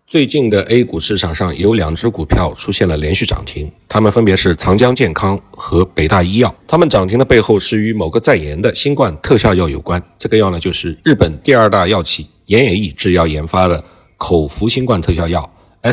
最近的 A 股市场上有2只股票出现了连续涨停，它们分别是长江健康和北大医药。它们涨停的背后是与某个在研的新冠特效药有关。这个药呢，就是日本第2大药企岩野义制药研发的口服新冠特效药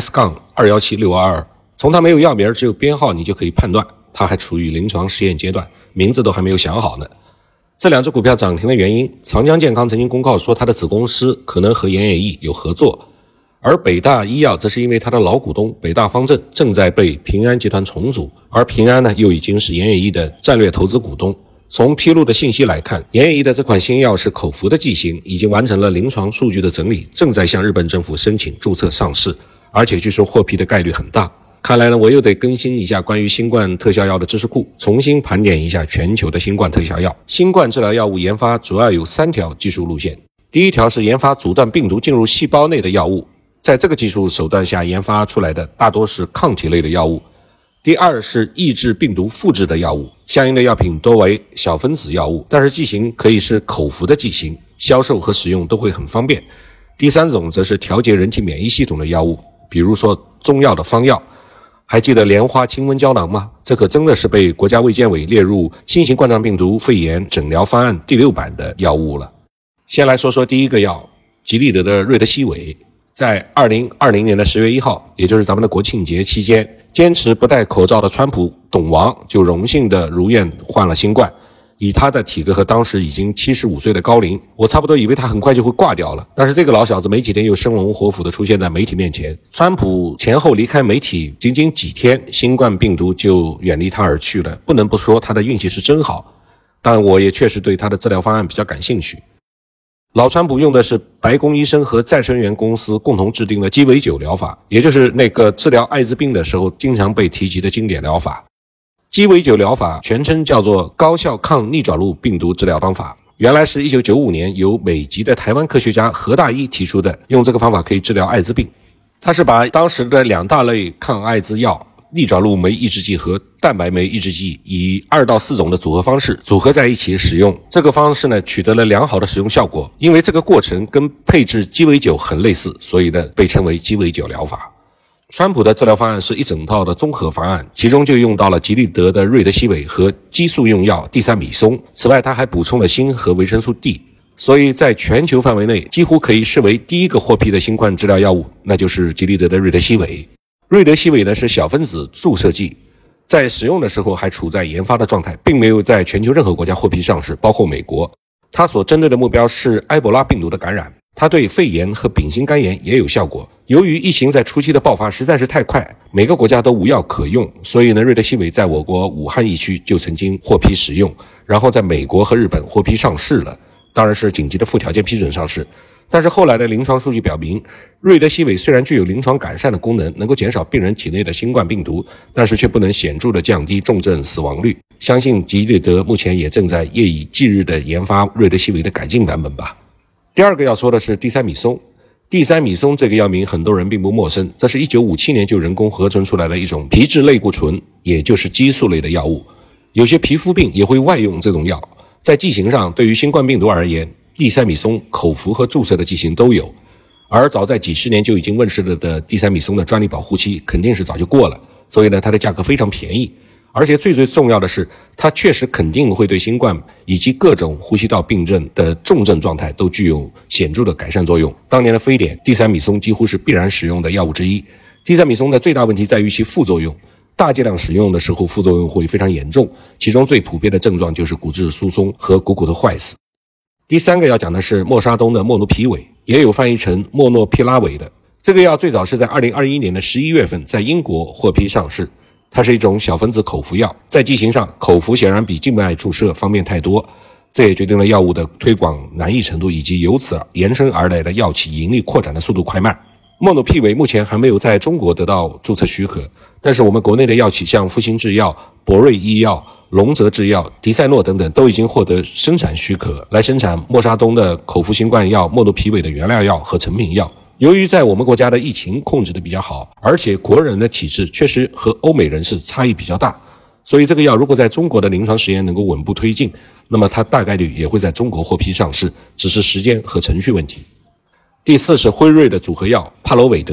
S-217622。从它没有药名，只有编号，你就可以判断它还处于临床试验阶段，名字都还没有想好呢。这2只股票涨停的原因，长江健康曾经公告说它的子公司可能和岩野义有合作，而北大医药则是因为它的老股东北大方正正在被平安集团重组，而平安呢又已经是岩野义的战略投资股东。从披露的信息来看，岩野义的这款新药是口服的剂型，已经完成了临床数据的整理，正在向日本政府申请注册上市，而且据说获批的概率很大。看来呢，我又得更新一下关于新冠特效药的知识库，重新盘点一下全球的新冠特效药。新冠治疗药物研发主要有3条技术路线。第一条是研发阻断病毒进入细胞内的药物，在这个技术手段下研发出来的大多是抗体类的药物。第二是抑制病毒复制的药物，相应的药品多为小分子药物，但是剂型可以是口服的剂型，销售和使用都会很方便。第3种则是调节人体免疫系统的药物，比如说中药的方药。还记得莲花清瘟胶囊吗？这可真的是被国家卫健委列入新型冠状病毒肺炎诊疗方案第6版的药物了。先来说说第一个药，吉利德的瑞德西韦。在2020年的10月1号，也就是咱们的国庆节期间，坚持不戴口罩的川普董王就荣幸的如愿患了新冠。以他的体格和当时已经75岁的高龄，我差不多以为他很快就会挂掉了，但是这个老小子没几天又生龙活虎的出现在媒体面前。川普前后离开媒体仅仅几天，新冠病毒就远离他而去了，不能不说他的运气是真好。但我也确实对他的治疗方案比较感兴趣。老川普用的是白宫医生和再生元公司共同制定的鸡尾酒疗法，也就是那个治疗艾滋病的时候经常被提及的经典疗法。鸡尾酒疗法全称叫做高效抗逆转录病毒治疗方法，原来是1995年由美籍的台湾科学家何大一提出的，用这个方法可以治疗艾滋病。他是把当时的2大类抗艾滋药逆转录酶抑制剂和蛋白酶抑制剂以2到4种的组合方式组合在一起使用，这个方式呢取得了良好的使用效果，因为这个过程跟配制鸡尾酒很类似，所以呢被称为鸡尾酒疗法。川普的治疗方案是一整套的综合方案，其中就用到了吉利德的瑞德西韦和激素用药地塞米松，此外他还补充了锌和维生素 D， 所以在全球范围内几乎可以视为第一个获批的新冠治疗药物，那就是吉利德的瑞德西韦。瑞德西韦呢是小分子注射剂，在使用的时候还处在研发的状态，并没有在全球任何国家获批上市，包括美国。它所针对的目标是埃博拉病毒的感染，它对肺炎和丙型肝炎也有效果。由于疫情在初期的爆发实在是太快，每个国家都无药可用，所以呢，瑞德西韦在我国武汉疫区就曾经获批使用，然后在美国和日本获批上市了，当然是紧急的附条件批准上市。但是后来的临床数据表明，瑞德西韦虽然具有临床改善的功能，能够减少病人体内的新冠病毒，但是却不能显著的降低重症死亡率。相信吉利德目前也正在夜以继日的研发瑞德西韦的改进版本吧。第二个要说的是地塞米松。地塞米松这个药名很多人并不陌生，这是1957年就人工合成出来的一种皮质类固醇，也就是激素类的药物。有些皮肤病也会外用这种药。在剂型上，对于新冠病毒而言，地塞米松口服和注射的剂型都有，而早在几十年就已经问世了的地塞米松的专利保护期肯定是早就过了，所以呢，它的价格非常便宜。而且最重要的是，它确实肯定会对新冠以及各种呼吸道病症的重症状态都具有显著的改善作用。当年的非典，地塞米松几乎是必然使用的药物之一。地塞米松的最大问题在于其副作用，大剂量使用的时候副作用会非常严重，其中最普遍的症状就是骨质疏松和股骨头坏死。第3个要讲的是默沙东的莫诺皮韦，也有翻译成莫诺皮拉韦的。这个药最早是在2021年的11月份在英国获批上市。它是一种小分子口服药，在剂型上，口服显然比静脉注射方便太多，这也决定了药物的推广难易程度以及由此延伸而来的药企盈利扩展的速度快慢。莫诺皮韦目前还没有在中国得到注册许可，但是我们国内的药企像复星制药、博瑞医药、龙泽制药、迪赛诺等等都已经获得生产许可，来生产默沙东的口服新冠药莫诺皮韦的原料药和成品药。由于在我们国家的疫情控制的比较好，而且国人的体质确实和欧美人士差异比较大，所以这个药如果在中国的临床实验能够稳步推进，那么它大概率也会在中国获批上市，只是时间和程序问题。第4是辉瑞的组合药帕罗韦德，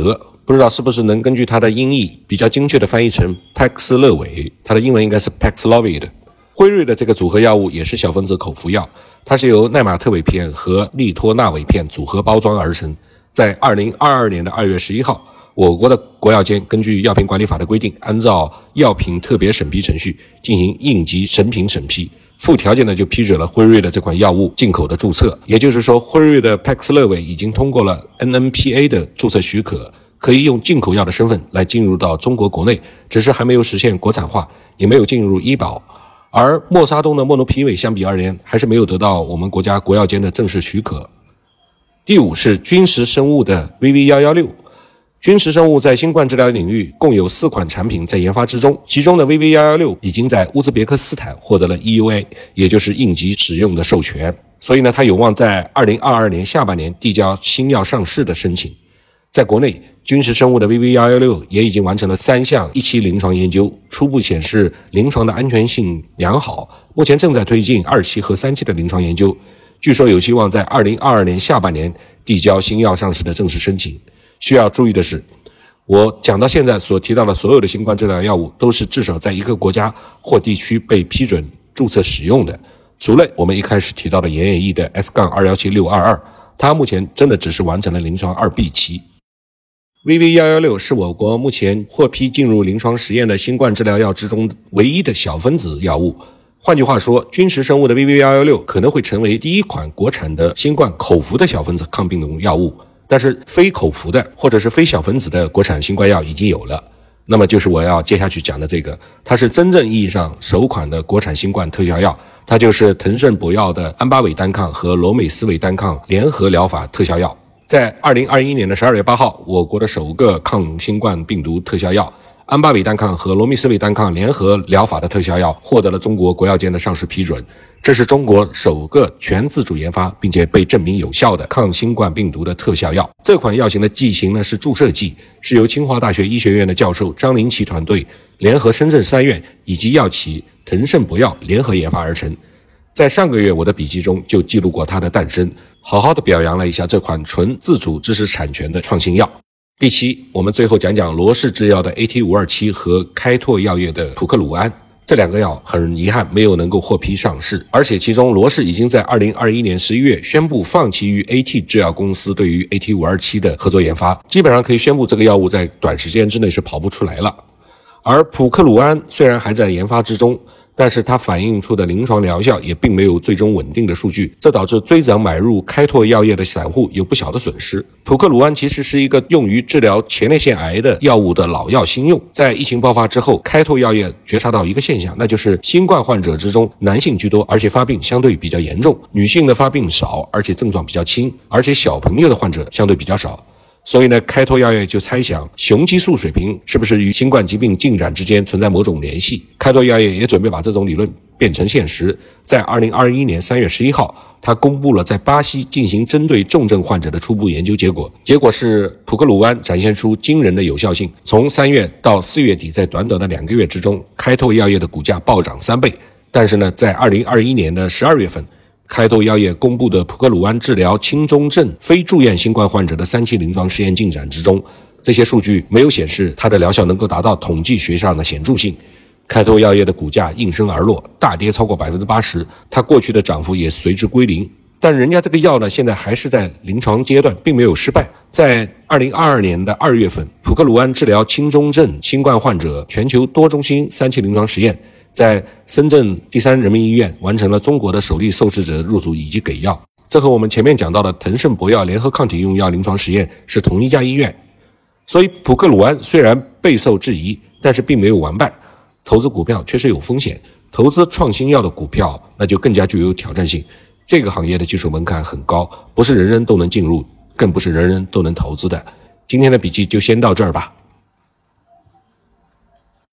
不知道是不是能根据它的音译比较精确的翻译成帕克斯勒韦，它的英文应该是 Paxlovid。辉瑞的这个组合药物也是小分子口服药，它是由奈玛特韦片和利托那韦片组合包装而成。在2022年的2月11号，我国的国药监根据药品管理法的规定，按照药品特别审批程序进行应急审品审批，附条件呢就批准了辉瑞的这款药物进口的注册。也就是说，辉瑞的帕克斯勒韦已经通过了 NMPA 的注册许可，可以用进口药的身份来进入到中国国内，只是还没有实现国产化，也没有进入医保。而默沙东的莫诺皮韦相比而言，还是没有得到我们国家国药监的正式许可。第五是君实生物的 VV116。君实生物在新冠治疗领域共有4款产品在研发之中，其中的 VV116 已经在乌兹别克斯坦获得了 EUA， 也就是应急使用的授权，所以呢，它有望在2022年下半年递交新药上市的申请。在国内，君实生物的 VV116 也已经完成了3项1期临床研究，初步显示临床的安全性良好，目前正在推进2期和3期的临床研究，据说有希望在2022年下半年递交新药上市的正式申请。需要注意的是，我讲到现在所提到的所有的新冠治疗药物都是至少在一个国家或地区被批准注册使用的，除了我们一开始提到的炎炎疫的 S-217622， 它目前真的只是完成了临床2B 期。VV116 是我国目前获批进入临床实验的新冠治疗药之中唯一的小分子药物。换句话说，君实生物的 VV116 可能会成为第一款国产的新冠口服的小分子抗病毒药物，但是非口服的或者是非小分子的国产新冠药已经有了。那么就是我要接下去讲的这个，它是真正意义上首款的国产新冠特效药，它就是腾盛博药的安巴韦单抗和罗美斯韦单抗联合疗法特效药。在2021年的12月8号，我国的首个抗新冠病毒特效药安巴韦单抗和罗美斯韦单抗联合疗法的特效药获得了中国国药监的上市批准，这是中国首个全自主研发并且被证明有效的抗新冠病毒的特效药。这款药型的剂型呢是注射剂，是由清华大学医学院的教授张林奇团队联合深圳3院以及药企腾盛博药联合研发而成。在上个月我的笔记中就记录过它的诞生，好好的表扬了一下这款纯自主知识产权的创新药。第7，我们最后讲讲罗氏制药的 AT527 和开拓药业的普克鲁安。这2个药很遗憾没有能够获批上市，而且其中罗氏已经在2021年11月宣布放弃与 AT 制药公司对于 AT527 的合作研发，基本上可以宣布这个药物在短时间之内是跑不出来了。而普克鲁安虽然还在研发之中，但是它反映出的临床疗效也并没有最终稳定的数据，这导致追涨买入开拓药业的散户有不小的损失。普克鲁安其实是一个用于治疗前列腺癌的药物的老药新用，在疫情爆发之后，开拓药业觉察到一个现象，那就是新冠患者之中男性居多，而且发病相对比较严重，女性的发病少，而且症状比较轻，而且小朋友的患者相对比较少。所以呢，开拓药业就猜想雄激素水平是不是与新冠疾病进展之间存在某种联系。开拓药业也准备把这种理论变成现实。在2021年3月11号，他公布了在巴西进行针对重症患者的初步研究结果。结果是普克鲁安展现出惊人的有效性。从3月到4月底，在短短的2个月之中，开拓药业的股价暴涨3倍。但是呢，在2021年的12月份，开拓药业公布的普克鲁安治疗轻中症非住院新冠患者的3期临床试验进展之中，这些数据没有显示它的疗效能够达到统计学上的显著性。开拓药业的股价应声而落，大跌超过 80%， 它过去的涨幅也随之归零。但人家这个药呢，现在还是在临床阶段，并没有失败。在2022年的2月份，普克鲁安治疗轻中症新冠患者全球多中心3期临床实验在深圳第3人民医院完成了中国的首例受试者入组以及给药，这和我们前面讲到的腾盛博药联合抗体用药临床实验是同一家医院。所以普克鲁安虽然备受质疑，但是并没有完败。投资股票确实有风险，投资创新药的股票那就更加具有挑战性。这个行业的技术门槛很高，不是人人都能进入，更不是人人都能投资的。今天的笔记就先到这儿吧。